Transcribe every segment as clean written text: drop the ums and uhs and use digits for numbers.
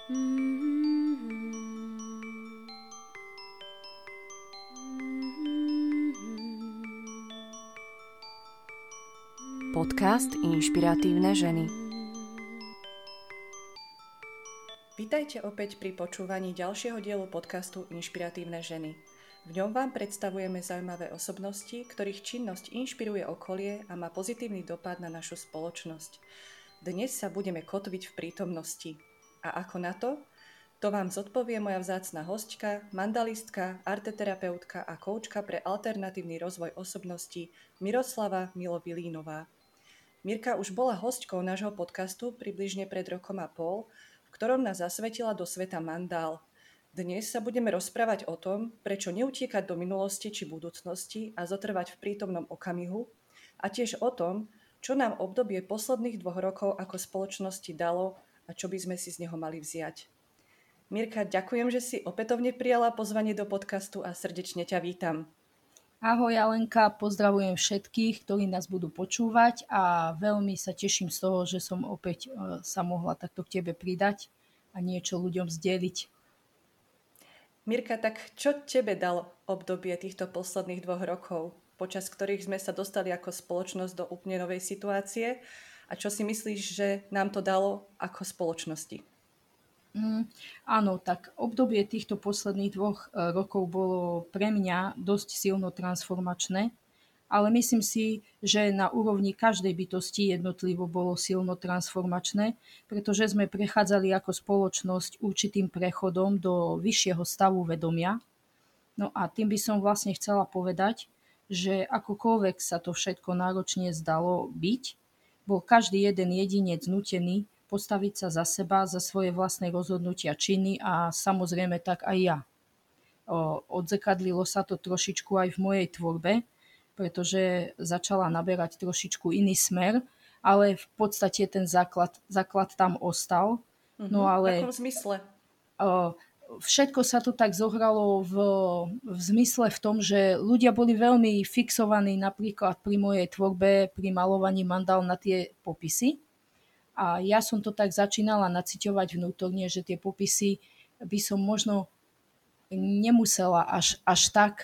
Podcast Inšpiratívne ženy. Vítajte opäť pri počúvaní ďalšieho dielu podcastu Inšpiratívne ženy. V ňom vám predstavujeme zaujímavé osobnosti, ktorých činnosť inšpiruje okolie a má pozitívny dopad na našu spoločnosť. Dnes sa budeme kotviť v prítomnosti. A ako na to? To vám zodpovie moja vzácna hosťka, mandalistka, arteterapeutka a koučka pre alternatívny rozvoj osobností Miroslava Milo-Vilínová. Mirka už bola hostkou nášho podcastu približne pred rokom a pol, v ktorom nás zasvetila do sveta mandál. Dnes sa budeme rozprávať o tom, prečo neutiekať do minulosti či budúcnosti a zotrvať v prítomnom okamihu, a tiež o tom, čo nám obdobie posledných 2 rokov ako spoločnosti dalo a čo by sme si z neho mali vziať. Mirka, ďakujem, že si opätovne prijala pozvanie do podcastu a srdečne ťa vítam. Ahoj Alenka, pozdravujem všetkých, ktorí nás budú počúvať a veľmi sa teším z toho, že som opäť sa mohla takto k tebe pridať a niečo ľuďom zdieľiť. Mirka, tak čo tebe dal obdobie týchto posledných 2 rokov, počas ktorých sme sa dostali ako spoločnosť do úplne novej situácie, a čo si myslíš, že nám to dalo ako spoločnosti? Áno, tak obdobie týchto posledných 2 rokov bolo pre mňa dosť silno transformačné, ale myslím si, že na úrovni každej bytosti jednotlivo bolo silno transformačné, pretože sme prechádzali ako spoločnosť určitým prechodom do vyššieho stavu vedomia. No a tým by som vlastne chcela povedať, že akokoľvek sa to všetko náročne zdalo byť, bol každý jeden jedinec nútený postaviť sa za seba, za svoje vlastné rozhodnutia, činy a samozrejme tak aj ja. Odzrkadlilo sa to trošičku aj v mojej tvorbe, pretože začala naberať trošičku iný smer, ale v podstate ten základ tam ostal. No ale v akom zmysle? Všetko sa to tak zohralo v zmysle v tom, že ľudia boli veľmi fixovaní napríklad pri mojej tvorbe, pri malovaní mandál na tie popisy. A ja som to tak začínala naciťovať vnútorne, že tie popisy by som možno nemusela až tak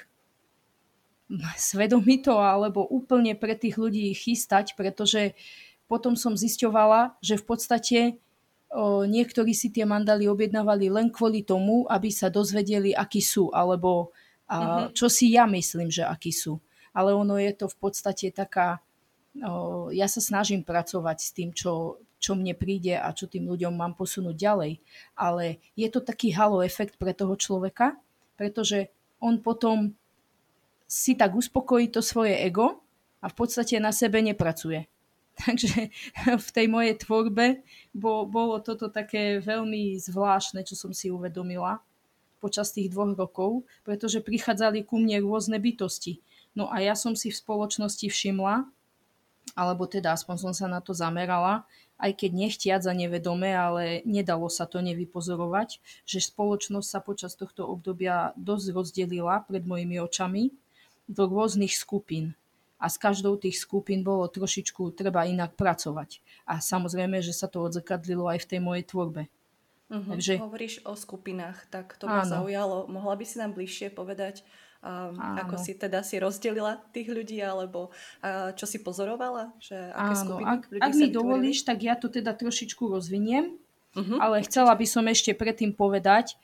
svedomito alebo úplne pre tých ľudí chystať, pretože potom som zisťovala, že v podstate niektorí si tie mandály objednávali len kvôli tomu, aby sa dozvedeli, akí sú, alebo čo si ja myslím, že akí sú. Ale ono je to v podstate taká, ja sa snažím pracovať s tým, čo mne príde a čo tým ľuďom mám posunúť ďalej. Ale je to taký halo efekt pre toho človeka, pretože on potom si tak uspokojí to svoje ego a v podstate na sebe nepracuje. Takže v tej mojej tvorbe bolo toto také veľmi zvláštne, čo som si uvedomila počas tých 2 rokov, pretože prichádzali ku mne rôzne bytosti. No a ja som si v spoločnosti všimla, alebo teda aspoň som sa na to zamerala, aj keď nechtiac a nevedome, ale nedalo sa to nevypozorovať, že spoločnosť sa počas tohto obdobia dosť rozdelila pred mojimi očami do rôznych skupín. A s každou tých skupín bolo trošičku treba inak pracovať. A samozrejme, že sa to odzrkadlilo aj v tej mojej tvorbe. Takže hovoríš o skupinách, tak to ma zaujalo. Mohla by si nám bližšie povedať, ako si teda si rozdelila tých ľudí, alebo čo si pozorovala? Že aké skupiny ľudí ak mi dovolíš, tak ja to teda trošičku rozviniem, ale chcela by som ešte predtým povedať,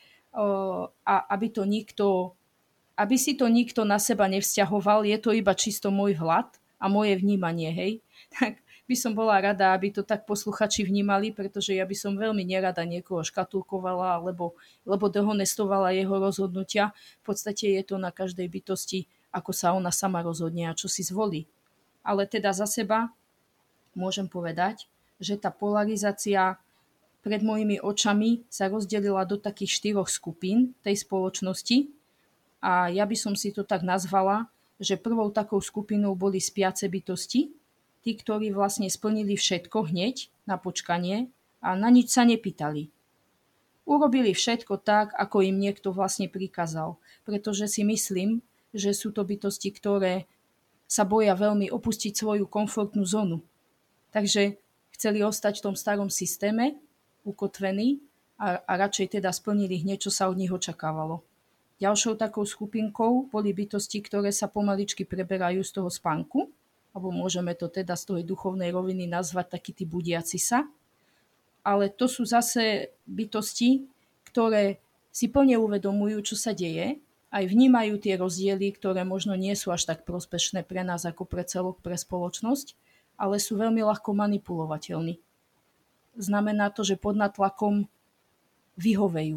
aby si to nikto na seba nevzťahoval, je to iba čisto môj vhľad a moje vnímanie, hej. Tak by som bola rada, aby to tak posluchači vnímali, pretože ja by som veľmi nerada niekoho škatulkovala, lebo dehonestovala jeho rozhodnutia. V podstate je to na každej bytosti, ako sa ona sama rozhodne a čo si zvolí. Ale teda za seba môžem povedať, že tá polarizácia pred mojimi očami sa rozdelila do takých 4 skupín tej spoločnosti. A ja by som si to tak nazvala, že prvou takou skupinou boli spiace bytosti, tí, ktorí vlastne splnili všetko hneď na počkanie a na nič sa nepýtali. Urobili všetko tak, ako im niekto vlastne prikázal, pretože si myslím, že sú to bytosti, ktoré sa boja veľmi opustiť svoju komfortnú zónu. Takže chceli ostať v tom starom systéme, ukotvení, a radšej teda splnili hneď, čo sa od nich očakávalo. Ďalšou takou skupinkou boli bytosti, ktoré sa pomaličky preberajú z toho spánku, alebo môžeme to teda z tej duchovnej roviny nazvať takí tí budiaci sa. Ale to sú zase bytosti, ktoré si plne uvedomujú, čo sa deje, aj vnímajú tie rozdiely, ktoré možno nie sú až tak prospešné pre nás ako pre celok, pre spoločnosť, ale sú veľmi ľahko manipulovateľní. Znamená to, že pod natlakom vyhovejú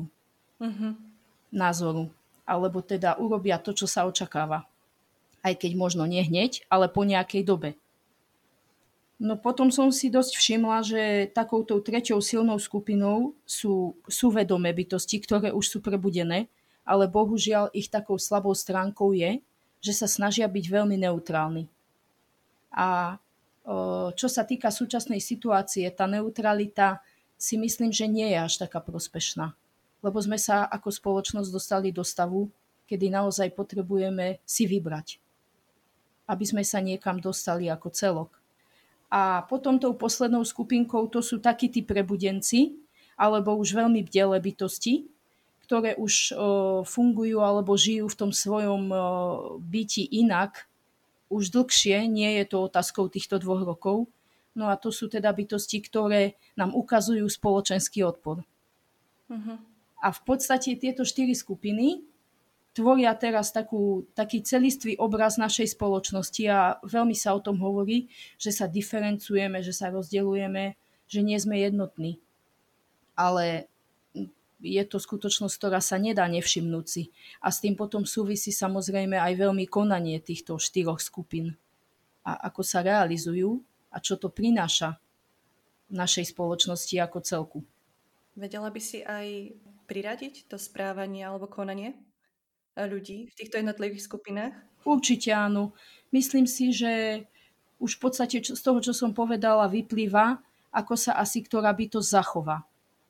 názoru, alebo teda urobia to, čo sa očakáva. Aj keď možno nie hneď, ale po nejakej dobe. No potom som si dosť všimla, že takouto treťou silnou skupinou sú vedomé bytosti, ktoré už sú prebudené, ale bohužiaľ ich takou slabou stránkou je, že sa snažia byť veľmi neutrálni. A čo sa týka súčasnej situácie, tá neutralita si myslím, že nie je až taká prospešná. Lebo sme sa ako spoločnosť dostali do stavu, kedy naozaj potrebujeme si vybrať, aby sme sa niekam dostali ako celok. A potom tou poslednou skupinkou to sú takí tí prebudenci, alebo už veľmi bdelé bytosti, ktoré už fungujú alebo žijú v tom svojom byti inak, už dlhšie, nie je to otázkou týchto 2 rokov. No a to sú teda bytosti, ktoré nám ukazujú spoločenský odpor. A v podstate tieto 4 skupiny tvoria teraz taký celistvý obraz našej spoločnosti a veľmi sa o tom hovorí, že sa diferencujeme, že sa rozdeľujeme, že nie sme jednotní. Ale je to skutočnosť, ktorá sa nedá nevšimnúť si. A s tým potom súvisí samozrejme aj veľmi konanie týchto 4 skupín. A ako sa realizujú a čo to prináša v našej spoločnosti ako celku. Vedela by si aj priradiť to správanie alebo konanie ľudí v týchto jednotlivých skupinách? Určite áno. Myslím si, že už v podstate z toho, čo som povedala, vyplýva, ako sa asi ktorá bytosť zachová.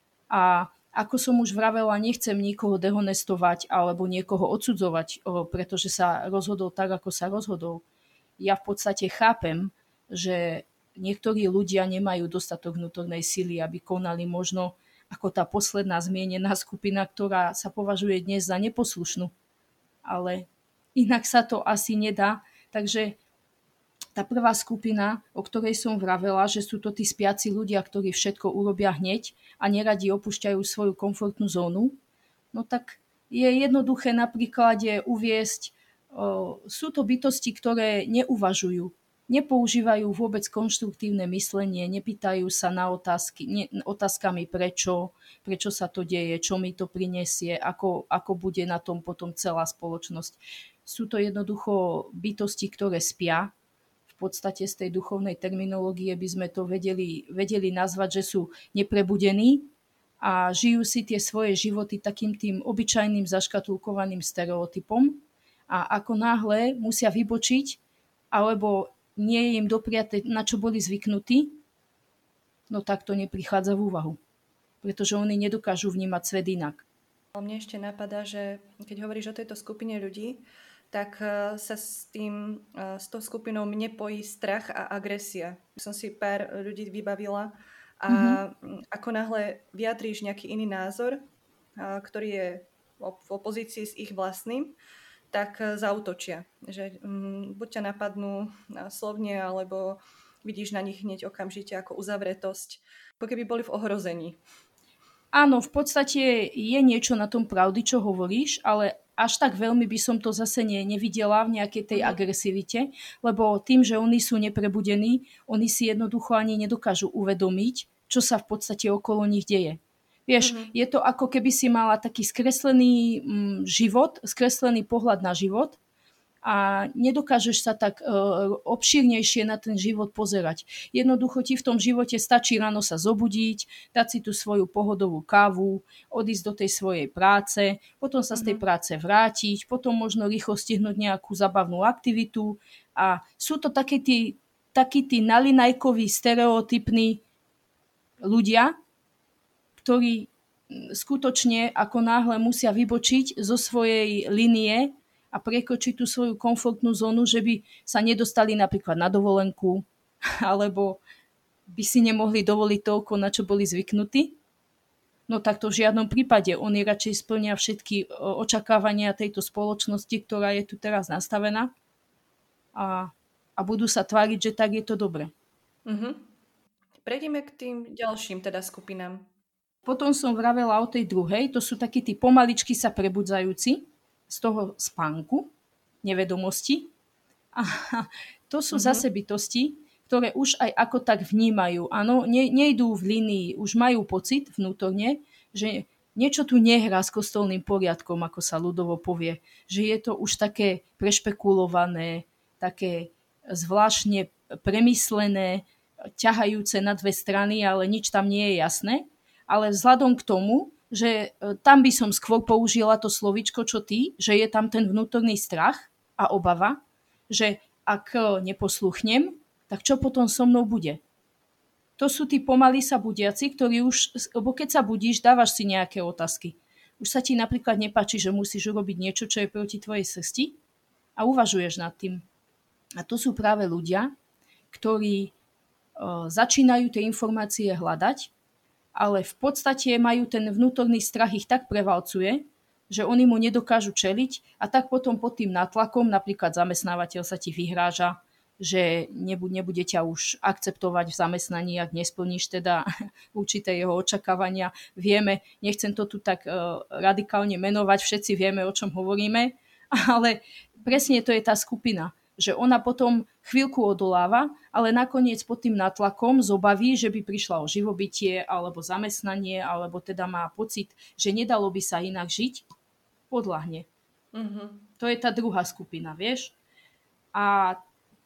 A ako som už vravela, nechcem nikoho dehonestovať alebo niekoho odsudzovať, pretože sa rozhodol tak, ako sa rozhodol. Ja v podstate chápem, že niektorí ľudia nemajú dostatok vnútornej sily, aby konali možno ako tá posledná zmienená skupina, ktorá sa považuje dnes za neposlušnú. Ale inak sa to asi nedá. Takže tá prvá skupina, o ktorej som vravela, že sú to tí spiaci ľudia, ktorí všetko urobia hneď a neradi opúšťajú svoju komfortnú zónu, no tak je jednoduché na príklade uviesť, sú to bytosti, ktoré neuvažujú, nepoužívajú vôbec konštruktívne myslenie, nepýtajú sa na otázkami prečo sa to deje, čo mi to prinesie, ako bude na tom potom celá spoločnosť. Sú to jednoducho bytosti, ktoré spia. V podstate z tej duchovnej terminológie by sme to vedeli nazvať, že sú neprebudení a žijú si tie svoje životy takým tým obyčajným zaškatulkovaným stereotypom a ako náhle musia vybočiť alebo nie je im dopriate, na čo boli zvyknutí, no tak to neprichádza v úvahu. Pretože oni nedokážu vnímať svet inak. Mne ešte napadá, že keď hovoríš o tejto skupine ľudí, tak sa s tou skupinou mne pojí strach a agresia. Som si pár ľudí vybavila a ako náhle vyjadríš nejaký iný názor, ktorý je v opozícii s ich vlastným, tak zaútočia. Že buď ťa napadnú slovne, alebo vidíš na nich hneď okamžite ako uzavretosť, ako keby boli v ohrození. Áno, v podstate je niečo na tom pravdy, čo hovoríš, ale až tak veľmi by som to zase nevidela v nejakej tej agresivite, lebo tým, že oni sú neprebudení, oni si jednoducho ani nedokážu uvedomiť, čo sa v podstate okolo nich deje. Vieš, je to ako keby si mala taký skreslený život, skreslený pohľad na život a nedokážeš sa tak obšírnejšie na ten život pozerať. Jednoducho ti v tom živote stačí ráno sa zobudiť, dať si tú svoju pohodovú kávu, odísť do tej svojej práce, potom sa z tej práce vrátiť, potom možno rýchlo stihnúť nejakú zabavnú aktivitu a sú to takí tí nalinajkoví, stereotypní ľudia, ktorí skutočne ako náhle musia vybočiť zo svojej línie a prekročiť tú svoju komfortnú zónu, že by sa nedostali napríklad na dovolenku, alebo by si nemohli dovoliť toľko, na čo boli zvyknutí. No tak to v žiadnom prípade. Oni radšej splnia všetky očakávania tejto spoločnosti, ktorá je tu teraz nastavená a budú sa tváriť, že tak je to dobre. Prejdeme k tým ďalším teda skupinám. Potom som vravela o tej druhej, to sú takí tí pomaličky sa prebudzajúci z toho spánku, nevedomosti. A to sú zase bytosti, ktoré už aj ako tak vnímajú. Áno, nejdú v línii, už majú pocit vnútorne, že niečo tu nehrá s kostolným poriadkom, ako sa ľudovo povie. Že je to už také prešpekulované, také zvláštne premyslené, ťahajúce na dve strany, ale nič tam nie je jasné. Ale vzhľadom k tomu, že tam by som skôr použila to slovíčko, čo ty, že je tam ten vnútorný strach a obava, že ak neposluchnem, tak čo potom so mnou bude? To sú tí pomaly sa budiaci, ktorí už, lebo keď sa budíš, dávaš si nejaké otázky. Už sa ti napríklad nepáči, že musíš urobiť niečo, čo je proti tvojej srsti a uvažuješ nad tým. A to sú práve ľudia, ktorí začínajú tie informácie hľadať, ale v podstate majú ten vnútorný strach ich tak prevalcuje, že oni mu nedokážu čeliť a tak potom pod tým nátlakom, napríklad zamestnávateľ sa ti vyhráža, že nebude ťa už akceptovať v zamestnaní, ak nesplníš teda určité jeho očakávania. Vieme, nechcem to tu tak radikálne menovať, všetci vieme, o čom hovoríme, ale presne to je tá skupina, že ona potom chvíľku odoláva, ale nakoniec pod tým nátlakom zobaví, že by prišla o živobytie alebo zamestnanie, alebo teda má pocit, že nedalo by sa inak žiť, podľahne. To je tá druhá skupina, vieš? A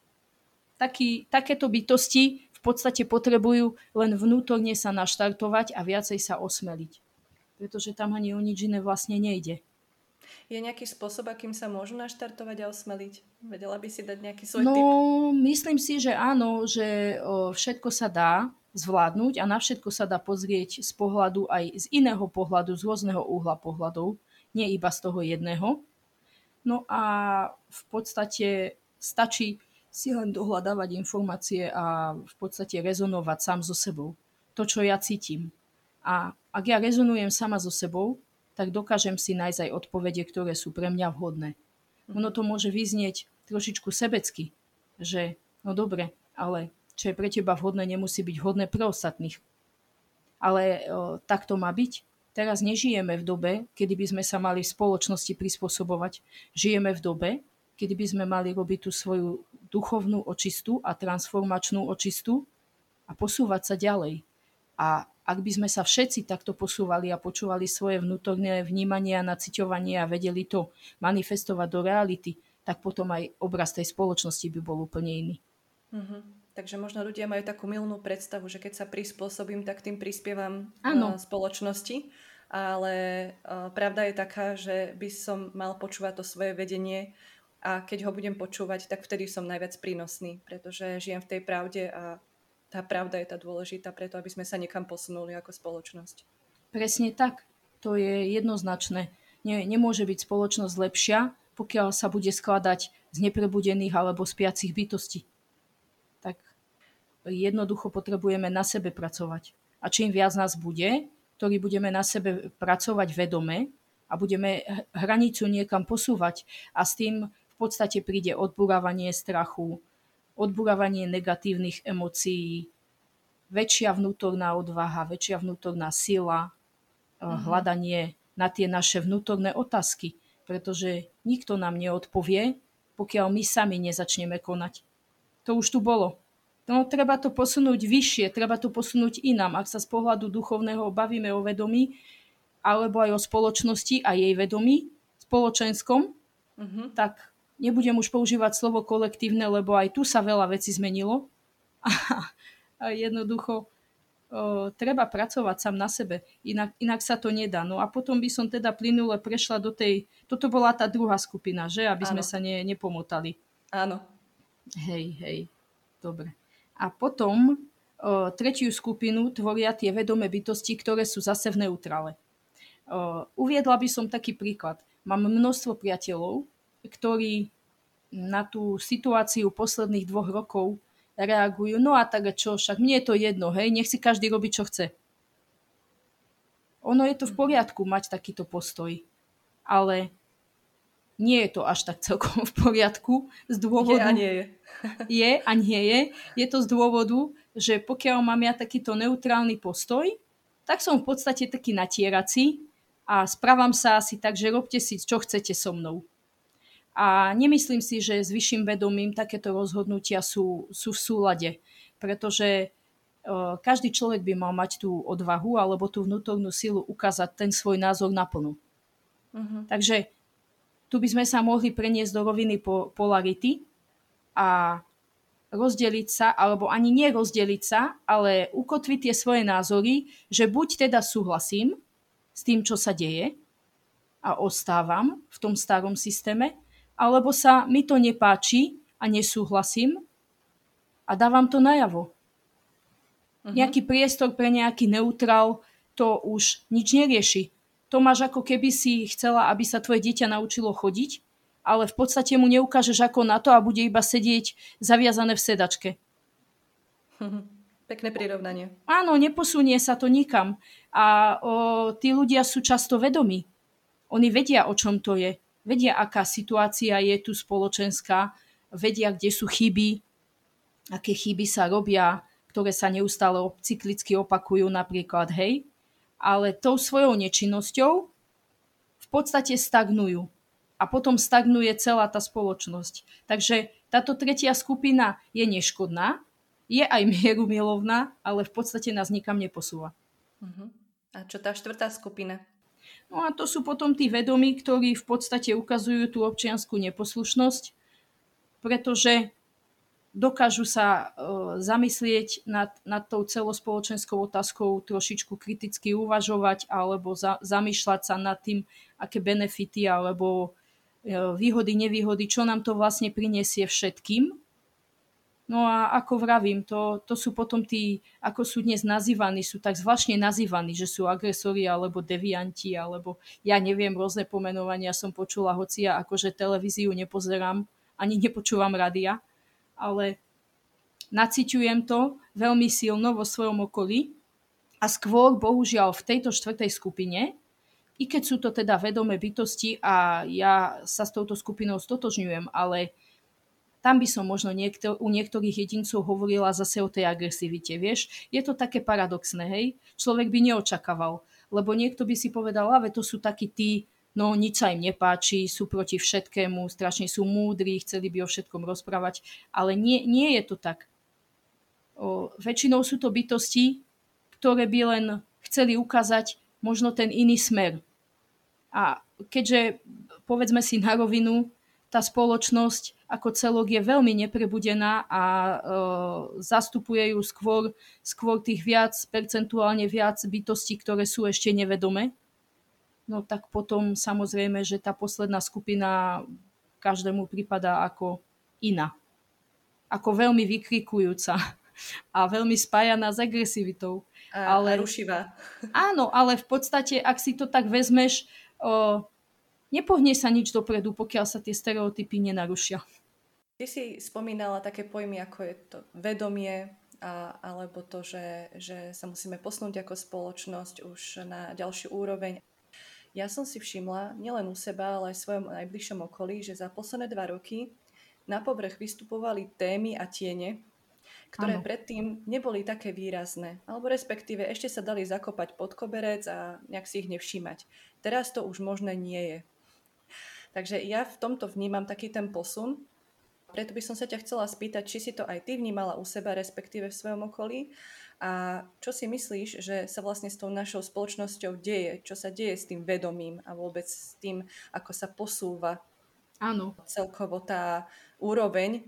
takéto bytosti v podstate potrebujú len vnútorne sa naštartovať a viacej sa osmeliť. Pretože tam ani o nič iné vlastne nejde. Je nejaký spôsob, akým sa môžu naštartovať a osmeliť? Vedela by si dať nejaký svoj tip? No, myslím si, že áno, že všetko sa dá zvládnuť a na všetko sa dá pozrieť z pohľadu aj z iného pohľadu, z rôzneho uhla pohľadov, nie iba z toho jedného. No a v podstate stačí si len dohľadávať informácie a v podstate rezonovať sám so sebou. To, čo ja cítim. A ak ja rezonujem sama so sebou, tak dokážem si nájsť aj odpovede, ktoré sú pre mňa vhodné. Ono to môže vyznieť trošičku sebecky, že no dobre, ale čo je pre teba vhodné, nemusí byť vhodné pre ostatných. Ale tak to má byť. Teraz nežijeme v dobe, kedy by sme sa mali v spoločnosti prispôsobovať. Žijeme v dobe, kedy by sme mali robiť tú svoju duchovnú očistu a transformačnú očistu a posúvať sa ďalej. A ak by sme sa všetci takto posúvali a počúvali svoje vnútorné vnímanie a naciťovanie a vedeli to manifestovať do reality, tak potom aj obraz tej spoločnosti by bol úplne iný. Takže možno ľudia majú takú mylnú predstavu, že keď sa prispôsobím, tak tým prispievam spoločnosti. Ale pravda je taká, že by som mal počúvať to svoje vedenie a keď ho budem počúvať, tak vtedy som najviac prínosný, pretože žijem v tej pravde a tá pravda je tá dôležitá preto, aby sme sa niekam posunuli ako spoločnosť. Presne tak. To je jednoznačné. Nemôže byť spoločnosť lepšia, pokiaľ sa bude skladať z neprebudených alebo spiacich bytostí. Tak jednoducho potrebujeme na sebe pracovať. A čím viac nás bude, ktorí budeme na sebe pracovať vedome a budeme hranicu niekam posúvať a s tým v podstate príde odburávanie strachu, odburávanie negatívnych emócií, väčšia vnútorná odvaha, väčšia vnútorná sila, hľadanie na tie naše vnútorné otázky, pretože nikto nám neodpovie, pokiaľ my sami nezačneme konať. To už tu bolo. No, treba to posunúť vyššie, treba to posunúť inám. Ak sa z pohľadu duchovného bavíme o vedomí, alebo aj o spoločnosti a jej vedomí, spoločenskom, tak nebudem už používať slovo kolektívne, lebo aj tu sa veľa vecí zmenilo. A jednoducho treba pracovať sám na sebe, inak sa to nedá. No a potom by som teda plynule prešla do tej... Toto bola tá druhá skupina, že? Aby sme sa nepomotali. Áno. Hej, dobre. A potom tretiu skupinu tvoria tie vedomé bytosti, ktoré sú zase v neutrále. Uviedla by som taký príklad. Mám množstvo priateľov, ktorí na tú situáciu posledných 2 rokov reagujú, no a tak čo, však mne je to jedno, hej, nech si každý robí, čo chce. Ono je to v poriadku mať takýto postoj, ale nie je to až tak celkom v poriadku z dôvodu... Je a nie je. Je a nie je. Je to z dôvodu, že pokiaľ mám ja takýto neutrálny postoj, tak som v podstate taký natierací a správam sa asi tak, že robte si, čo chcete so mnou. A nemyslím si, že s vyšším vedomím takéto rozhodnutia sú v súlade, pretože každý človek by mal mať tú odvahu alebo tú vnútornú silu ukázať ten svoj názor naplno. Takže tu by sme sa mohli preniesť do roviny polarity a rozdeliť sa, alebo ani nie rozdeliť sa, ale ukotviť tie svoje názory, že buď teda súhlasím s tým, čo sa deje a ostávam v tom starom systéme, alebo sa mi to nepáči a nesúhlasím a dávam to najavo. Nejaký priestor pre nejaký neutrál to už nič nerieši. To máš ako keby si chcela, aby sa tvoje dieťa naučilo chodiť, ale v podstate mu neukážeš ako na to a bude iba sedieť zaviazané v sedačke. Pekné prirovnanie. Áno, neposunie sa to nikam. A tí ľudia sú často vedomí. Oni vedia, o čom to je. Vedia, aká situácia je tu spoločenská. Vedia, kde sú chyby, aké chyby sa robia, ktoré sa neustále cyklicky opakujú napríklad, hej. Ale tou svojou nečinnosťou v podstate stagnujú. A potom stagnuje celá tá spoločnosť. Takže táto tretia skupina je neškodná, je aj mierumilovná, ale v podstate nás nikam neposúva. A čo tá štvrtá skupina? No a to sú potom tí vedomí, ktorí v podstate ukazujú tú občiansku neposlušnosť, pretože dokážu sa zamyslieť nad tou celospoločenskou otázkou, trošičku kriticky uvažovať alebo zamýšľať sa nad tým, aké benefity alebo výhody, nevýhody, čo nám to vlastne prinesie všetkým. No a ako vravím, to sú potom tí, ako sú dnes nazývaní, sú tak zvláštne nazývaní, že sú agresori alebo devianti, alebo ja neviem, rôzne pomenovania som počula, hoci ja akože televíziu nepozerám, ani nepočúvam rádia, ale naciťujem to veľmi silno vo svojom okolí a skôr, bohužiaľ, v tejto štvrtej skupine, i keď sú to teda vedomé bytosti a ja sa s touto skupinou stotožňujem, ale tam by som možno u niektorých jedincov hovorila zase o tej agresivite, vieš. Je to také paradoxné, hej. Človek by neočakával, lebo niekto by si povedal, ale to sú takí tí, no nič sa im nepáči, sú proti všetkému, strašne sú múdri, chceli by o všetkom rozprávať, ale nie je to tak. Väčšinou sú to bytosti, ktoré by len chceli ukázať možno ten iný smer. A keďže, povedzme si na rovinu, tá spoločnosť ako celok je veľmi neprebudená a zastupuje ju skôr tých percentuálne viac bytostí, ktoré sú ešte nevedomé, no tak potom samozrejme, že tá posledná skupina každému pripadá ako iná. Ako veľmi vykrikujúca a veľmi spájaná s agresivitou. A rušivá. Áno, ale v podstate, ak si to tak vezmeš, nepohne sa nič dopredu, pokiaľ sa tie stereotypy nenarušia. Ty si spomínala také pojmy, ako je to vedomie, alebo to, že sa musíme posunúť ako spoločnosť už na ďalšiu úroveň. Ja som si všimla, nielen u seba, ale aj v svojom najbližšom okolí, že za posledné 2 roky na povrch vystupovali témy a tiene, ktoré predtým neboli také výrazné, alebo respektíve ešte sa dali zakopať pod koberec a nejak si ich nevšímať. Teraz to už možné nie je. Takže ja v tomto vnímam taký ten posun. Preto by som sa ťa chcela spýtať, či si to aj ty vnímala u seba, respektíve v svojom okolí. A čo si myslíš, že sa vlastne s tou našou spoločnosťou deje? Čo sa deje s tým vedomím a vôbec s tým, ako sa posúva celkovo tá úroveň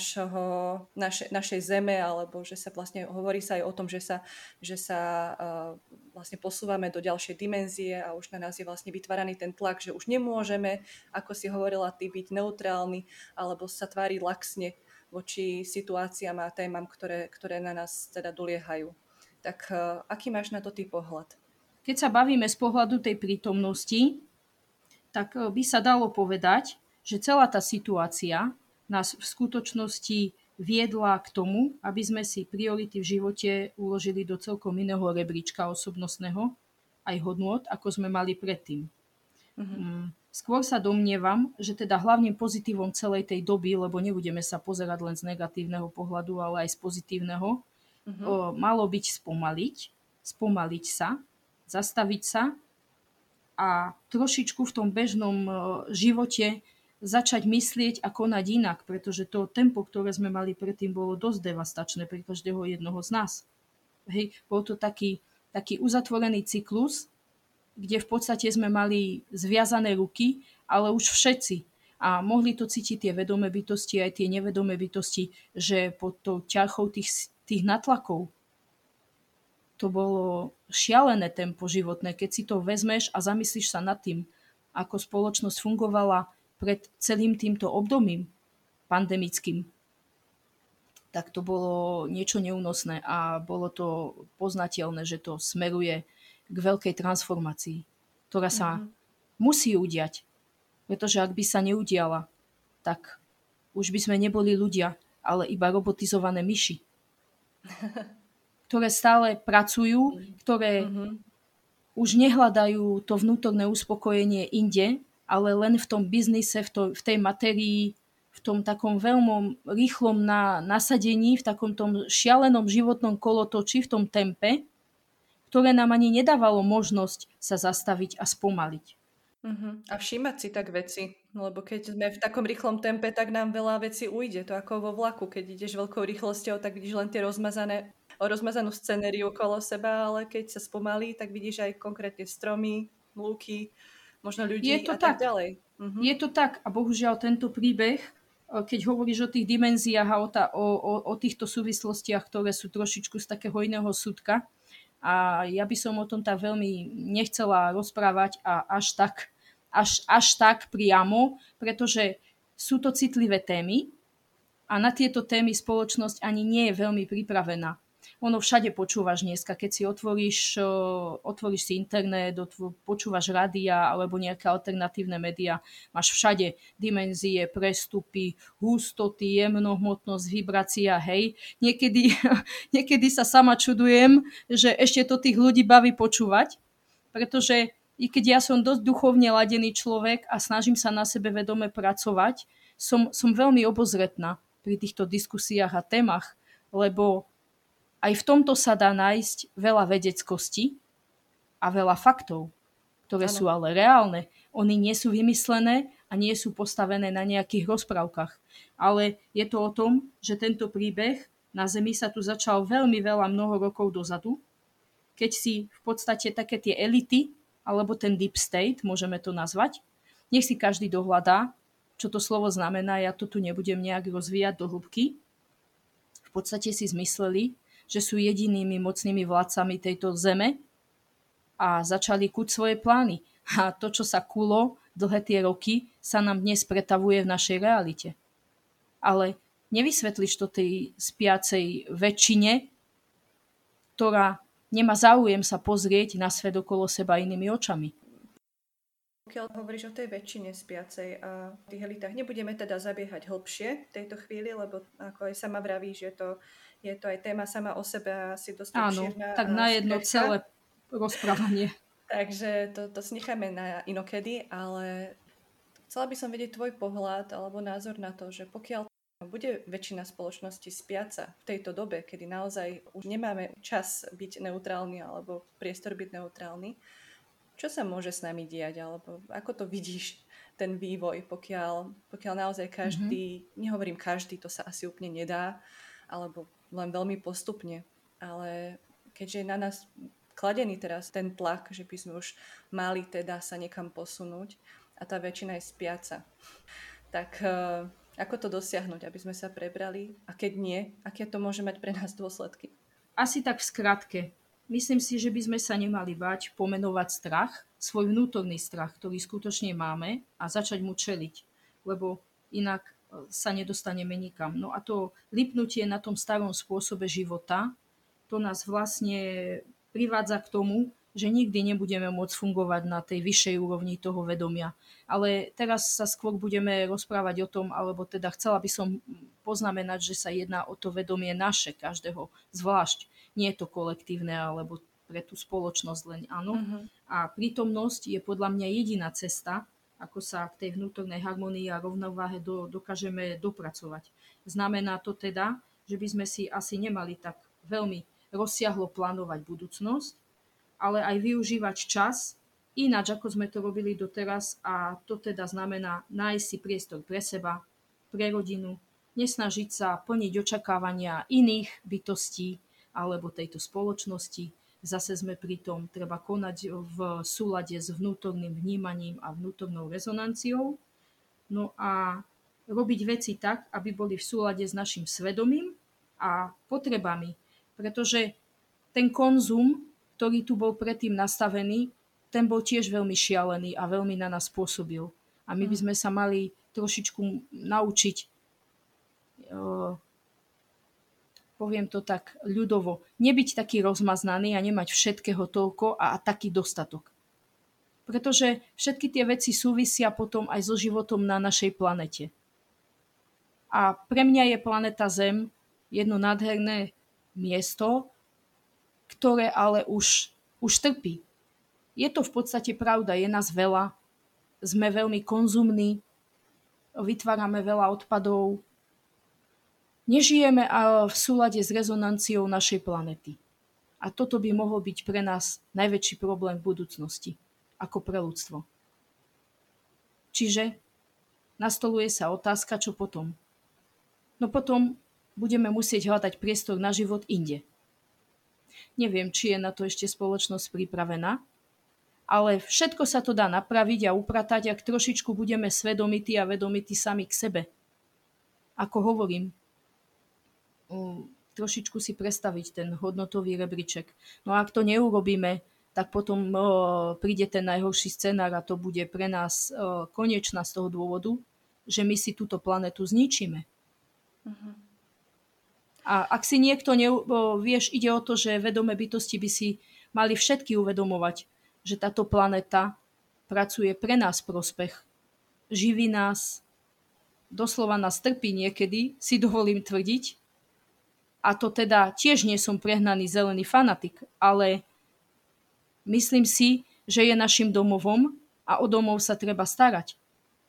našej zeme, alebo že sa vlastne hovorí sa aj o tom, že sa vlastne posúvame do ďalšej dimenzie a už na nás je vlastne vytváraný ten tlak, že už nemôžeme, ako si hovorila ty, byť neutrálny alebo sa tváriť laxne voči situáciám a témam, ktoré na nás teda doliehajú. Tak aký máš na to ty pohľad? Keď sa bavíme z pohľadu tej prítomnosti, tak by sa dalo povedať, že celá tá situácia nás v skutočnosti viedla k tomu, aby sme si priority v živote uložili do celkom iného rebríčka osobnostného aj hodnôt, ako sme mali predtým. Skôr sa domnievam, že teda hlavným pozitívom celej tej doby, lebo nebudeme sa pozerať len z negatívneho pohľadu, ale aj z pozitívneho, malo byť spomaliť sa, zastaviť sa a trošičku v tom bežnom živote začať myslieť a konať inak, pretože to tempo, ktoré sme mali predtým, bolo dosť devastačné pre každého jednoho z nás. Hej, bol to taký uzatvorený cyklus, kde v podstate sme mali zviazané ruky, ale už všetci. A mohli to cítiť tie vedomé bytosti, aj tie nevedomé bytosti, že pod tou ťarchou tých natlakov to bolo šialené tempo životné. Keď si to vezmeš a zamyslíš sa nad tým, ako spoločnosť fungovala pred celým týmto obdobím pandemickým, tak to bolo niečo neúnosné a bolo to poznateľné, že to smeruje k veľkej transformácii, ktorá sa musí udiať. Pretože ak by sa neudiala, tak už by sme neboli ľudia, ale iba robotizované myši, ktoré stále pracujú, ktoré už nehľadajú to vnútorné uspokojenie inde, ale len v tom biznise, v tej matérii, v tom takom veľmi rýchlom nasadení, v takom tom šialenom životnom kolotoči, v tom tempe, ktoré nám ani nedávalo možnosť sa zastaviť a spomaliť. A všímať si tak veci, lebo keď sme v takom rýchlom tempe, tak nám veľa vecí ujde. To ako vo vlaku, keď ideš veľkou rýchlosťou, tak vidíš len tie rozmazanú scenériu okolo seba, ale keď sa spomalí, tak vidíš aj konkrétne stromy, lúky, možno ľudí a tak ďalej. Je to tak a bohužiaľ tento príbeh, keď hovoríš o tých dimenziách a o týchto súvislostiach, ktoré sú trošičku z takého iného súdka, a ja by som o tom tak veľmi nechcela rozprávať a až tak priamo, pretože sú to citlivé témy a na tieto témy spoločnosť ani nie je veľmi pripravená. Ono všade počúvaš dneska, keď si otvoríš si internet, počúvaš rádia alebo nejaké alternatívne médiá, máš všade dimenzie, prestupy, hustoty, jemnohmotnosť, vibrácia, hej. Niekedy sa sama čudujem, že ešte to tých ľudí baví počúvať, pretože i keď ja som dosť duchovne ladený človek a snažím sa na sebe vedome pracovať, som veľmi obozretná pri týchto diskusiách a témach, lebo aj v tomto sa dá nájsť veľa vedeckosti a veľa faktov, ktoré sú ale reálne. Oni nie sú vymyslené a nie sú postavené na nejakých rozprávkach. Ale je to o tom, že tento príbeh na Zemi sa tu začal veľmi mnoho rokov dozadu, keď si v podstate také tie elity, alebo ten deep state, môžeme to nazvať, nech si každý dohľadá, čo to slovo znamená, ja to tu nebudem nejak rozvíjať do hĺbky. V podstate si zmysleli, že sú jedinými mocnými vládcami tejto zeme a začali kuť svoje plány. A to, čo sa kulo dlhé tie roky, sa nám dnes pretavuje v našej realite. Ale nevysvetlíš to tej spiacej väčšine, ktorá nemá záujem sa pozrieť na svet okolo seba inými očami. Pokiaľ hovoríš o tej väčšine spiacej a tých elitách, nebudeme teda zabiehať hlbšie v tejto chvíli, lebo ako aj sama vraví, že je to aj téma sama o sebe a asi dosť obšírna. Áno, tak na jedno celé rozprávanie. Takže to si necháme na inokedy, ale chcela by som vedieť tvoj pohľad alebo názor na to, že pokiaľ bude väčšina spoločnosti spiaca v tejto dobe, kedy naozaj už nemáme čas byť neutrálny alebo priestor byť neutrálny, čo sa môže s nami diať, alebo ako to vidíš, ten vývoj, pokiaľ naozaj každý, nehovorím každý, to sa asi úplne nedá, alebo len veľmi postupne, ale keďže je na nás kladený teraz ten tlak, že by sme už mali teda sa niekam posunúť a tá väčšina je spiaca, tak ako to dosiahnuť, aby sme sa prebrali a keď nie, aké to môže mať pre nás dôsledky? Asi tak v skratke. Myslím si, že by sme sa nemali báť pomenovať strach, svoj vnútorný strach, ktorý skutočne máme a začať mu čeliť, lebo inak sa nedostaneme nikam. No a to lipnutie na tom starom spôsobe života, to nás vlastne privádza k tomu, že nikdy nebudeme môcť fungovať na tej vyššej úrovni toho vedomia. Ale teraz sa skôr budeme rozprávať o tom, alebo teda chcela by som poznamenať, že sa jedná o to vedomie naše, každého zvlášť. Nie je to kolektívne alebo pre tú spoločnosť len, áno. Mhm. A prítomnosť je podľa mňa jediná cesta, ako sa k tej vnútornej harmonii a rovnováhe dokážeme dopracovať. Znamená to teda, že by sme si asi nemali tak veľmi rozsiahlo plánovať budúcnosť, ale aj využívať čas ináč, ako sme to robili doteraz, a to teda znamená nájsť si priestor pre seba, pre rodinu, nesnažiť sa plniť očakávania iných bytostí alebo tejto spoločnosti. Zase sme pri tom, treba konať v súlade s vnútorným vnímaním a vnútornou rezonanciou. No a robiť veci tak, aby boli v súlade s našim svedomím a potrebami. Pretože ten konzum, ktorý tu bol predtým nastavený, ten bol tiež veľmi šialený a veľmi na nás pôsobil. A my by sme sa mali trošičku naučiť, poviem to tak ľudovo, nebyť taký rozmaznaný a nemať všetkého toľko a taký dostatok. Pretože všetky tie veci súvisia potom aj so životom na našej planete. A pre mňa je planéta Zem jedno nádherné miesto, ktoré ale už trpí. Je to v podstate pravda, je nás veľa, sme veľmi konzumní, vytvárame veľa odpadov, nežijeme v súlade s rezonanciou našej planety. A toto by mohol byť pre nás najväčší problém v budúcnosti, ako pre ľudstvo. Čiže nastoluje sa otázka, čo potom? No potom budeme musieť hľadať priestor na život inde. Neviem, či je na to ešte spoločnosť pripravená, ale všetko sa to dá napraviť a upratať, ak trošičku budeme svedomití a vedomití sami k sebe. Ako hovorím, trošičku si predstaviť ten hodnotový rebríček. No a ak to neurobíme, tak potom príde ten najhorší scenár a to bude pre nás konečná z toho dôvodu, že my si túto planetu zničíme. Uh-huh. A ak si niekto vieš, ide o to, že vedomé bytosti by si mali všetky uvedomovať, že táto planéta pracuje pre nás prospech. Živí nás, doslova nás trpí niekedy, si dovolím tvrdiť. A to teda tiež nie som prehnaný zelený fanatik, ale myslím si, že je našim domovom a o domov sa treba starať.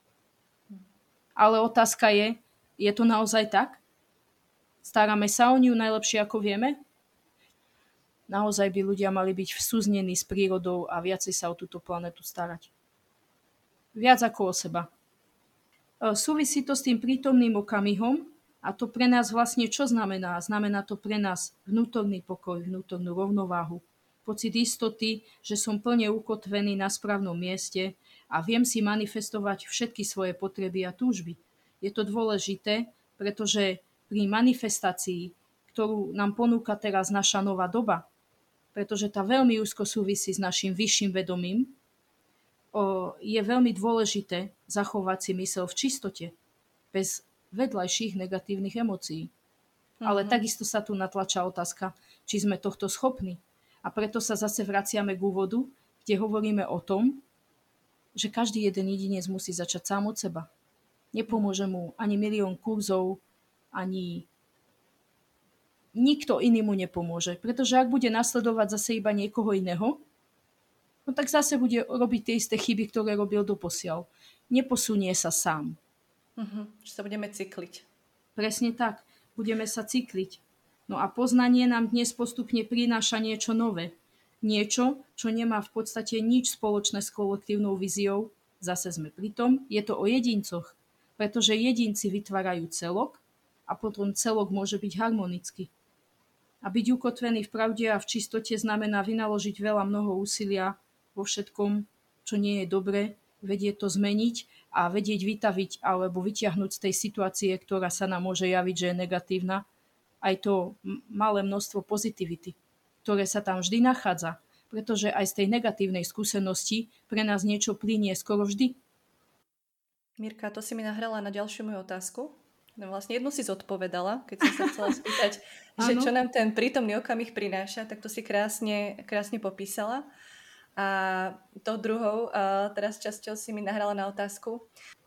Ale otázka je to naozaj tak? Staráme sa o ňu najlepšie, ako vieme? Naozaj by ľudia mali byť vsúznení s prírodou a viacej sa o túto planetu starať. Viac ako o seba. Súvisí to s tým prítomným okamihom a to pre nás vlastne čo znamená? Znamená to pre nás vnútorný pokoj, vnútornú rovnováhu, pocit istoty, že som plne ukotvený na správnom mieste a viem si manifestovať všetky svoje potreby a túžby. Je to dôležité, pretože pri manifestácii, ktorú nám ponúka teraz naša nová doba, pretože tá veľmi úzko súvisí s našim vyšším vedomím, je veľmi dôležité zachovať si myseľ v čistote, bez vedľajších negatívnych emócií. Ale takisto sa tu natlača otázka, či sme tohto schopní. A preto sa zase vraciame k úvodu, kde hovoríme o tom, že každý jeden jedinec musí začať sám od seba. Nepomôže mu ani milión kurzov, ani nikto iný mu nepomôže. Pretože ak bude nasledovať zase iba niekoho iného, no tak zase bude robiť tie isté chyby, ktoré robil doposiaľ. Neposunie sa sám. Že sa budeme cykliť. Presne tak. Budeme sa cykliť. No a poznanie nám dnes postupne prináša niečo nové. Niečo, čo nemá v podstate nič spoločné s kolektívnou víziou. Zase sme pri tom. Je to o jedincoch. Pretože jedinci vytvárajú celok a potom celok môže byť harmonický. A byť ukotvený v pravde a v čistote znamená vynaložiť mnoho úsilia vo všetkom, čo nie je dobre, vedieť to zmeniť a vedieť vytaviť alebo vyťahnuť z tej situácie, ktorá sa nám môže javiť, že je negatívna, aj to malé množstvo pozitivity, ktoré sa tam vždy nachádza. Pretože aj z tej negatívnej skúsenosti pre nás niečo plynie skoro vždy. Mirka, to si mi nahrala na ďalšiu moju otázku. No vlastne jednu si zodpovedala, keď som sa chcela spýtať, že čo nám ten prítomný okamih prináša, tak to si krásne popísala. A tou druhou teraz časťou si mi nahrala na otázku,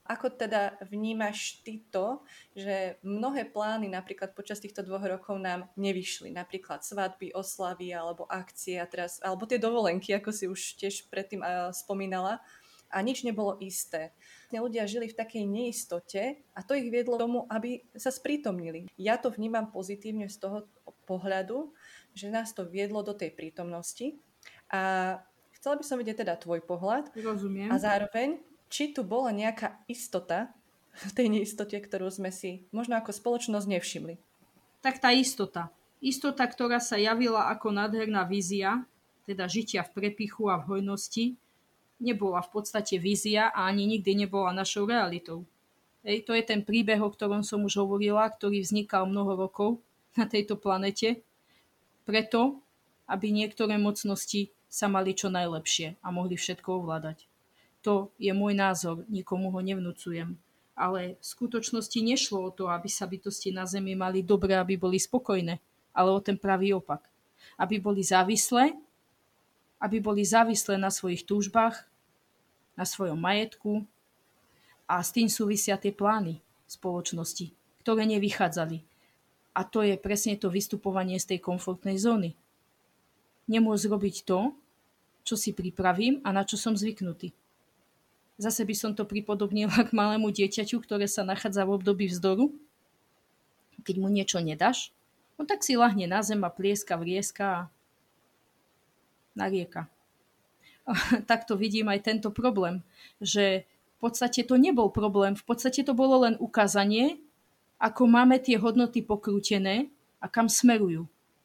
Ako teda vnímaš ty to, že mnohé plány napríklad počas týchto 2 rokov nám nevyšli? Napríklad svadby, oslavy alebo akcie a teraz, alebo tie dovolenky, ako si už tiež predtým spomínala. A nič nebolo isté. Ľudia žili v takej neistote a to ich viedlo k tomu, aby sa sprítomnili. Ja to vnímam pozitívne z toho pohľadu, že nás to viedlo do tej prítomnosti. A chcela by som vidieť teda tvoj pohľad. Rozumiem. A zároveň, či tu bola nejaká istota v tej neistote, ktorú sme si možno ako spoločnosť nevšimli. Tak tá istota. Istota, ktorá sa javila ako nádherná vízia, teda žitia v prepichu a v hojnosti, nebola v podstate vízia a ani nikdy nebola našou realitou. To je ten príbeh, o ktorom som už hovorila, ktorý vznikal mnoho rokov na tejto planete, preto, aby niektoré mocnosti sa mali čo najlepšie a mohli všetko ovládať. To je môj názor, nikomu ho nevnúcujem. Ale v skutočnosti nešlo o to, aby sa bytosti na Zemi mali dobre, aby boli spokojné, ale o ten pravý opak. Aby boli závislé na svojich túžbách, na svojom majetku a s tým súvisia tie plány spoločnosti, ktoré nevychádzali. A to je presne to vystupovanie z tej komfortnej zóny. Nemôžem robiť to, čo si pripravím a na čo som zvyknutý. Zase by som to pripodobnila k malému dieťaťu, ktoré sa nachádza v období vzdoru. Keď mu niečo nedáš, no tak si ľahne na zem a plieska, vrieska a narieka. Takto vidím aj tento problém, že v podstate to nebol problém, v podstate to bolo len ukázanie, ako máme tie hodnoty pokrútené a kam smerujú.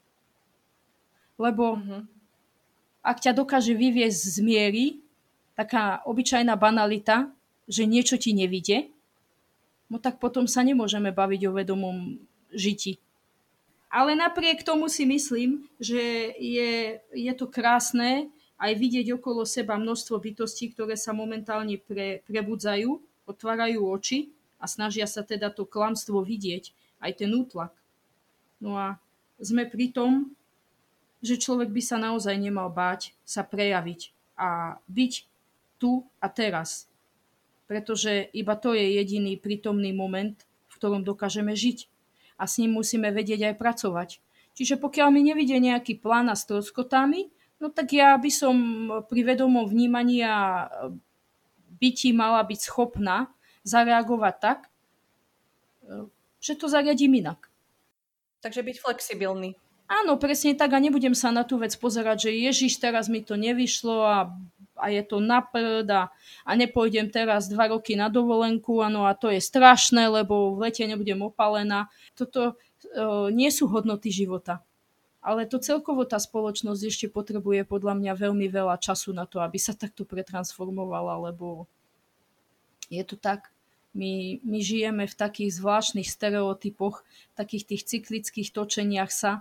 Lebo ak ťa dokáže vyviesť z miery taká obyčajná banalita, že niečo ti nevidie, no tak potom sa nemôžeme baviť o vedomom žití. Ale napriek tomu si myslím, že je to krásne aj vidieť okolo seba množstvo bytostí, ktoré sa momentálne prebudzajú, otvárajú oči a snažia sa teda to klamstvo vidieť, aj ten útlak. No a sme pri tom, že človek by sa naozaj nemal báť sa prejaviť a byť tu a teraz. Pretože iba to je jediný prítomný moment, v ktorom dokážeme žiť. A s ním musíme vedieť aj pracovať. Čiže pokiaľ mi nevidie nejaký plán a stroskotami, no tak ja by som pri vedomom vnímaní a byti mala byť schopná zareagovať tak, že to zariadím inak. Takže byť flexibilný. Áno, presne tak a nebudem sa na tú vec pozerať, že Ježiš, teraz mi to nevyšlo a je to na prd a nepôjdem teraz 2 roky na dovolenku, áno, a to je strašné, lebo v lete nebudem opalená. Toto nie sú hodnoty života. Ale to celkovo tá spoločnosť ešte potrebuje podľa mňa veľmi veľa času na to, aby sa takto pretransformovala, lebo je to tak. My žijeme v takých zvláštnych stereotypoch, takých tých cyklických točeniach sa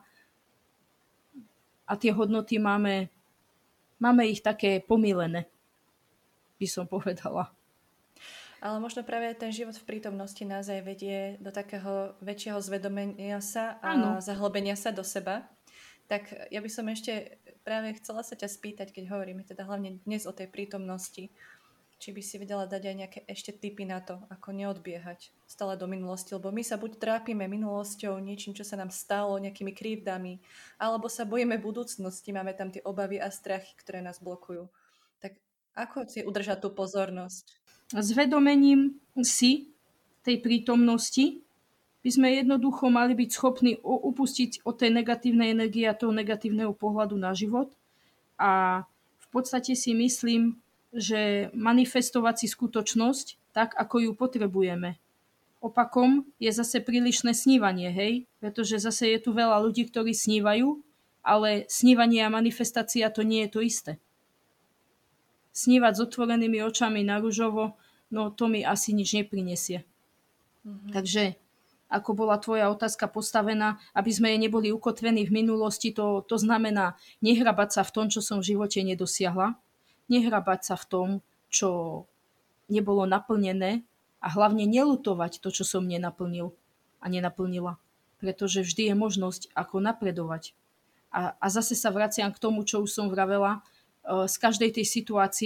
a tie hodnoty máme ich také pomýlené, by som povedala. Ale možno práve ten život v prítomnosti nás aj vedie do takého väčšieho zvedomenia sa a zahlbenia sa do seba. Tak ja by som ešte práve chcela sa ťa spýtať, keď hovoríme teda hlavne dnes o tej prítomnosti, či by si vedela dať aj nejaké ešte tipy na to, ako neodbiehať stále do minulosti, lebo my sa buď trápime minulosťou, niečím, čo sa nám stalo, nejakými krivdami, alebo sa bojíme budúcnosti, máme tam tie obavy a strachy, ktoré nás blokujú. Tak ako si udržať tú pozornosť? S vedomením si tej prítomnosti by sme jednoducho mali byť schopní upustiť od tej negatívnej energie a toho negatívneho pohľadu na život. A v podstate si myslím, že manifestovať si skutočnosť tak, ako ju potrebujeme. Opakom je zase prílišné snívanie, hej? Pretože zase je tu veľa ľudí, ktorí snívajú, ale snívanie a manifestácia to nie je to isté. Snívať s otvorenými očami na ružovo, no to mi asi nič neprinesie. Takže ako bola tvoja otázka postavená, aby sme neboli ukotvení v minulosti, to znamená nehrabať sa v tom, čo som v živote nedosiahla, nehrabať sa v tom, čo nebolo naplnené a hlavne neľutovať to, čo som nenaplnil a nenaplnila. Pretože vždy je možnosť, ako napredovať. A zase sa vraciam k tomu, čo už som vravela, z každej tej situácie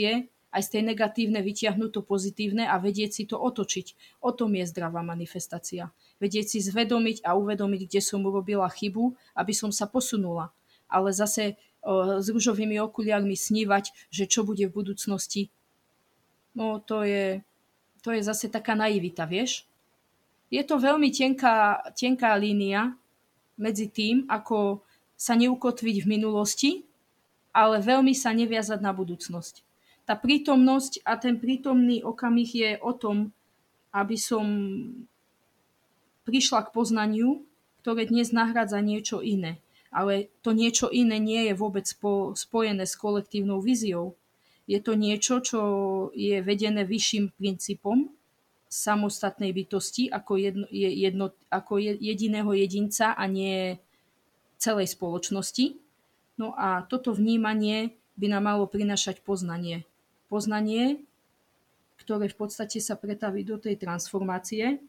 aj z tej negatívne vytiahnuť to pozitívne a vedieť si to otočiť. O tom je zdravá manifestácia. Vedieť si zvedomiť a uvedomiť, kde som urobila chybu, aby som sa posunula. Ale zase s ružovými okuliarmi snívať, že čo bude v budúcnosti, no to je zase taká naivita, vieš? Je to veľmi tenká línia medzi tým, ako sa neukotviť v minulosti, ale veľmi sa neviazať na budúcnosť. Tá prítomnosť a ten prítomný okamih je o tom, aby som prišla k poznaniu, ktoré dnes nahrádza niečo iné. Ale to niečo iné nie je vôbec spojené s kolektívnou víziou. Je to niečo, čo je vedené vyšším princípom samostatnej bytosti ako jediného jedinca a nie celej spoločnosti. No a toto vnímanie by nám malo prinášať poznanie. Poznanie, ktoré v podstate sa pretaví do tej transformácie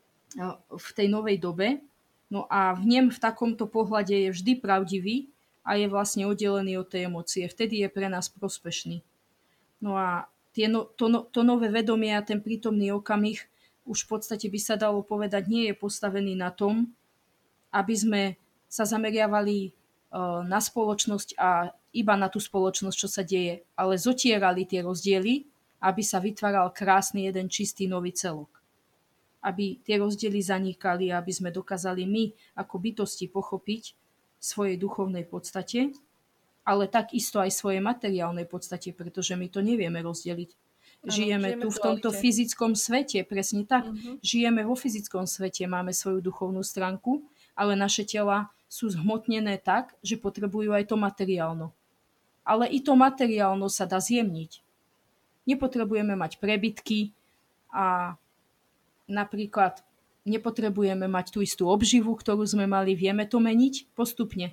v tej novej dobe. No a v takomto pohľade je vždy pravdivý a je vlastne oddelený od tej emócie. Vtedy je pre nás prospešný. No a to nové vedomie a ten prítomný okamih už v podstate by sa dalo povedať, nie je postavený na tom, aby sme sa zameriavali na spoločnosť a iba na tú spoločnosť, čo sa deje, ale zotierali tie rozdiely, aby sa vytváral krásny jeden čistý nový celok. Aby tie rozdiely zanikali, aby sme dokázali my ako bytosti pochopiť svojej duchovnej podstate, ale takisto aj svojej materiálnej podstate, pretože my to nevieme rozdeliť. Žijeme tu v tomto fyzickom svete, presne tak. Žijeme vo fyzickom svete, máme svoju duchovnú stránku, ale naše tela sú zhmotnené tak, že potrebujú aj to materiálno. Ale i to materiálno sa dá zjemniť. Nepotrebujeme mať prebytky a napríklad nepotrebujeme mať tú istú obživu, ktorú sme mali, vieme to meniť postupne.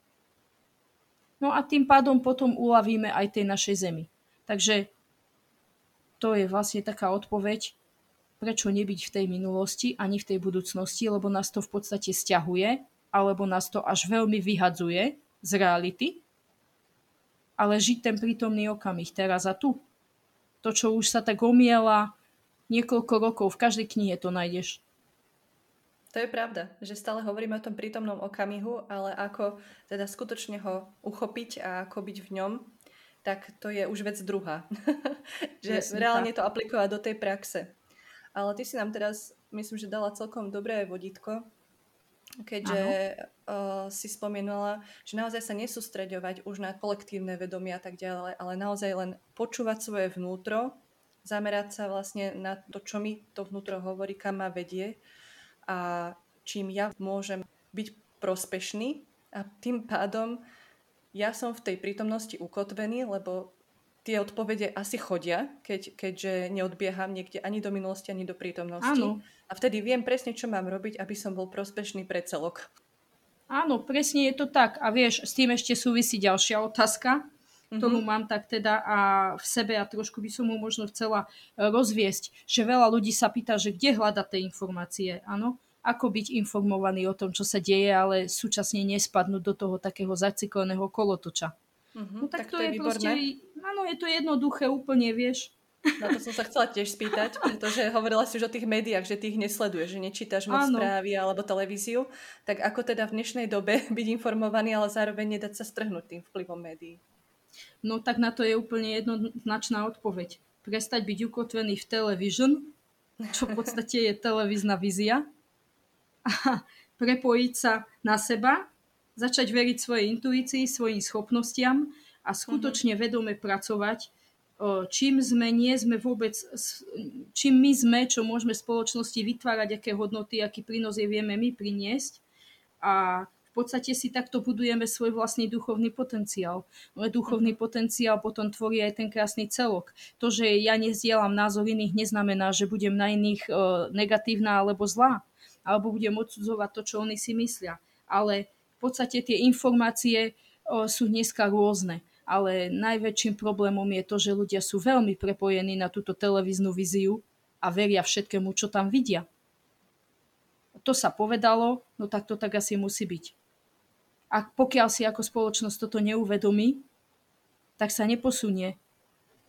No a tým pádom potom uľavíme aj tej našej zemi. Takže to je vlastne taká odpoveď, prečo nebyť v tej minulosti ani v tej budúcnosti, lebo nás to v podstate sťahuje, alebo nás to až veľmi vyhadzuje z reality, ale žiť ten prítomný okamih teraz a tu. To, čo už sa tak omiela niekoľko rokov, v každej knihe to nájdeš. To je pravda, že stále hovoríme o tom prítomnom okamihu, ale ako teda skutočne ho uchopiť a ako byť v ňom, tak to je už vec druhá. Že reálne to aplikovať do tej praxe. Ale ty si nám teraz, myslím, že dala celkom dobré vodítko, keďže si spomenula, že naozaj sa nesústreďovať už na kolektívne vedomie a tak ďalej, ale naozaj len počúvať svoje vnútro, zamerať sa vlastne na to, čo mi to vnútro hovorí, kam ma vedie a čím ja môžem byť prospešný a tým pádom ja som v tej prítomnosti ukotvený, lebo tie odpovede asi chodia, keďže neodbieham niekde ani do minulosti, ani do prítomnosti. Áno. A vtedy viem presne, čo mám robiť, aby som bol prospešný pre celok. Áno, presne je to tak. A vieš, s tým ešte súvisí ďalšia otázka, ktorú mám tak teda a v sebe a trošku by som mu možno chcela rozviesť, že veľa ľudí sa pýta, že kde hľadať tie informácie, áno? Ako byť informovaný o tom, čo sa deje, ale súčasne nespadnúť do toho takého zacikleného kolotoča. No tak to je proste, áno, je to jednoduché úplne, vieš. Na to som sa chcela tiež spýtať, pretože hovorila si už o tých médiách, že ty ich nesleduješ, že nečítaš moc správy alebo televíziu. Tak ako teda v dnešnej dobe byť informovaný, ale zároveň nedať sa strhnúť tým vplyvom médií? No tak na to je úplne jednoznačná odpoveď. Prestať byť ukotvený v television, čo v podstate je televízna vízia, a prepojiť sa na seba, začať veriť svojej intuícii, svojim schopnostiam a skutočne vedome pracovať, čím my sme, čo môžeme v spoločnosti vytvárať, aké hodnoty, aký prínos je vieme my priniesť a v podstate si takto budujeme svoj vlastný duchovný potenciál. Môj duchovný potenciál potom tvorí aj ten krásny celok. To, že ja nezdielam názor iných, neznamená, že budem na iných negatívna alebo zlá, alebo budem odsudzovať to, čo oni si myslia. Ale v podstate tie informácie sú dneska rôzne. Ale najväčším problémom je to, že ľudia sú veľmi prepojení na túto televíznu víziu a veria všetkému, čo tam vidia. To sa povedalo, no tak to tak asi musí byť. A pokiaľ si ako spoločnosť toto neuvedomí, tak sa neposunie.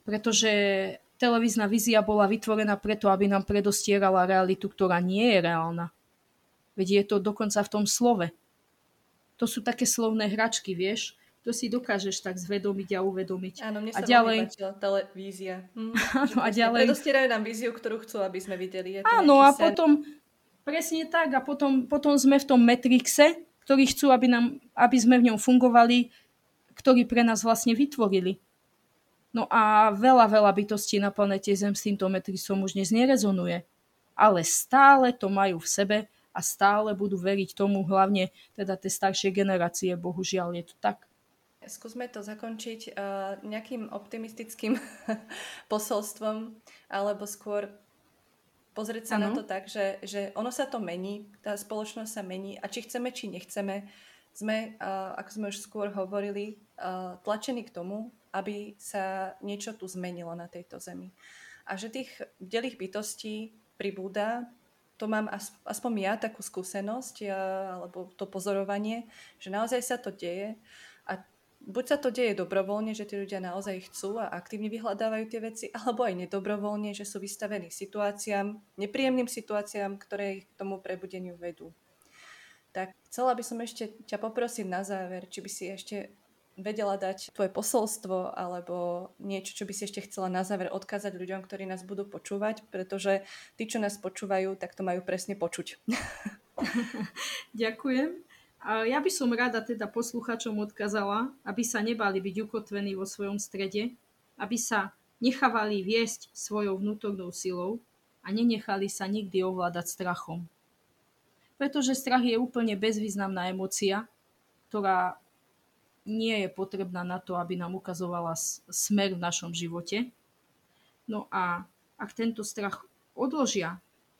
pretože televízna vízia bola vytvorená preto, aby nám predostierala realitu, ktorá nie je reálna. Veď je to dokonca v tom slove. To sú také slovné hračky, vieš? To si dokážeš tak zvedomiť a uvedomiť. Áno, mne a sa ďalej... veľmi páčila televízia. Áno, a ďalej... Predostierajú nám víziu, ktorú chcú, aby sme videli. Áno, a potom... Presne tak. A potom sme v tom Matrixe, ktorý chcú, aby sme v ňom fungovali, ktorý pre nás vlastne vytvorili. No a veľa bytostí na planete Zem s týmto Matrixom už dnes nerezonuje. Ale stále to majú v sebe a stále budú veriť tomu, hlavne teda tie staršie generácie, bohužiaľ je to tak. Skúsme to zakončiť nejakým optimistickým posolstvom, alebo skôr pozrieť sa na to tak, že ono sa to mení, tá spoločnosť sa mení a či chceme, či nechceme, sme, ako sme už skôr hovorili, tlačení k tomu, aby sa niečo tu zmenilo na tejto zemi. A že tých bdelých bytostí pribúda, to mám aspoň ja takú skúsenosť, alebo to pozorovanie, že naozaj sa to deje a buď sa to deje dobrovoľne, že tí ľudia naozaj chcú a aktívne vyhľadávajú tie veci, alebo aj nedobrovoľne, že sú vystavení situáciám, nepríjemným situáciám, ktoré ich k tomu prebudeniu vedú. Tak chcela by som ešte ťa poprosiť na záver, či by si ešte vedela dať tvoje posolstvo alebo niečo, čo by si ešte chcela na záver odkázať ľuďom, ktorí nás budú počúvať, pretože tí, čo nás počúvajú, tak to majú presne počuť. Ďakujem. A ja by som rada teda posluchačom odkázala, aby sa nebali byť ukotvení vo svojom strede, aby sa nechávali viesť svojou vnútornou silou a nenechali sa nikdy ovládať strachom. Pretože strach je úplne bezvýznamná emócia, ktorá nie je potrebná na to, aby nám ukazovala smer v našom živote. No a ak tento strach odložia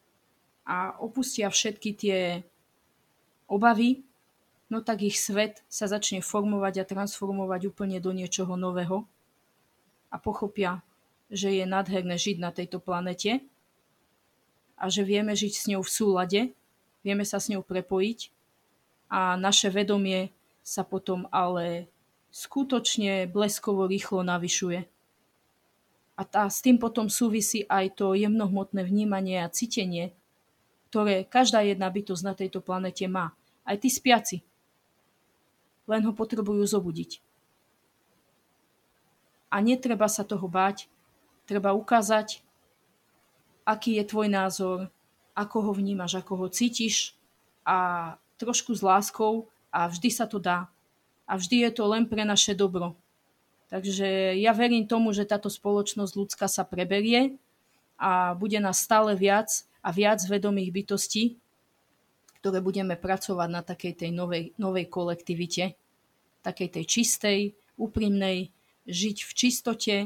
a opustia všetky tie obavy, no tak ich svet sa začne formovať a transformovať úplne do niečoho nového a pochopia, že je nádherné žiť na tejto planete a že vieme žiť s ňou v súlade, vieme sa s ňou prepojiť a naše vedomie sa potom ale skutočne bleskovo rýchlo navyšuje. A s tým potom súvisí aj to jemnohmotné vnímanie a cítenie, ktoré každá jedna bytosť na tejto planete má. Aj tí spiaci. Len ho potrebujú zobudiť. A netreba sa toho báť. Treba ukázať, aký je tvoj názor, ako ho vnímaš, ako ho cítiš a trošku s láskou a vždy sa to dá. A vždy je to len pre naše dobro. Takže ja verím tomu, že táto spoločnosť ľudská sa preberie a bude nás stále viac a viac vedomých bytostí, ktoré budeme pracovať na takej tej novej kolektivite, takej tej čistej, úprimnej, žiť v čistote,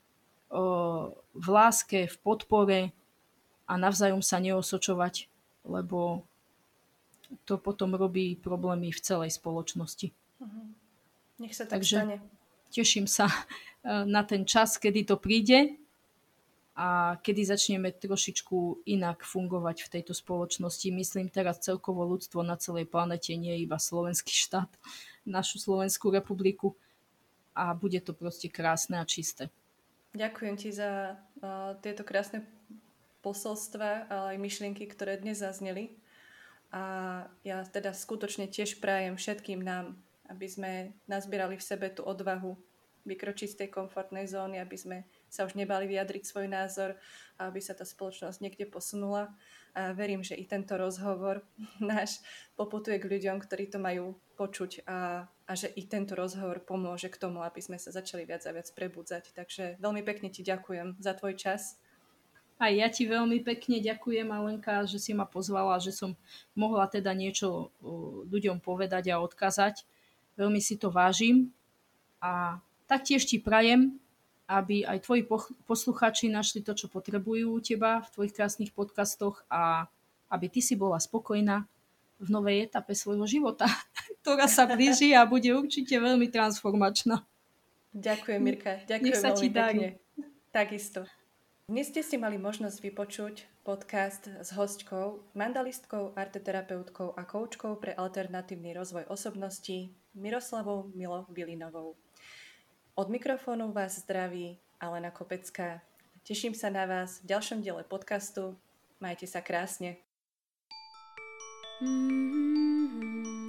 v láske, v podpore a navzájom sa neosočovať, lebo to potom robí problémy v celej spoločnosti. Nech sa tak stane. Teším sa na ten čas, kedy to príde a kedy začneme trošičku inak fungovať v tejto spoločnosti. Myslím teraz celkovo ľudstvo na celej planete, nie iba slovenský štát, našu Slovenskú republiku a bude to proste krásne a čisté. Ďakujem ti za tieto krásne posolstva, ale aj myšlienky, ktoré dnes zazneli. A ja teda skutočne tiež prajem všetkým nám, aby sme nazbierali v sebe tú odvahu vykročiť z tej komfortnej zóny, aby sme sa už nebali vyjadriť svoj názor a aby sa tá spoločnosť niekde posunula. A verím, že i tento rozhovor náš poputuje k ľuďom, ktorí to majú počuť a že i tento rozhovor pomôže k tomu, aby sme sa začali viac a viac prebudzať. Takže veľmi pekne ti ďakujem za tvoj čas. A ja ti veľmi pekne ďakujem, Alenka, že si ma pozvala, že som mohla teda niečo ľuďom povedať a odkázať. Veľmi si to vážim a taktiež ti prajem, aby aj tvoji poslucháči našli to, čo potrebujú u teba v tvojich krásnych podcastoch a aby ty si bola spokojná v novej etape svojho života, ktorá sa blíži a bude určite veľmi transformačná. Ďakujem, Mirka. Ďakujem veľmi pekne. Takisto. Dnes ste si mali možnosť vypočuť podcast s hostkou, mandalistkou, arteterapeutkou a koučkou pre alternatívny rozvoj osobností Miroslavou Milo Vilinovou. Od mikrofónu vás zdraví Alena Kopecká. Teším sa na vás v ďalšom diele podcastu. Majte sa krásne.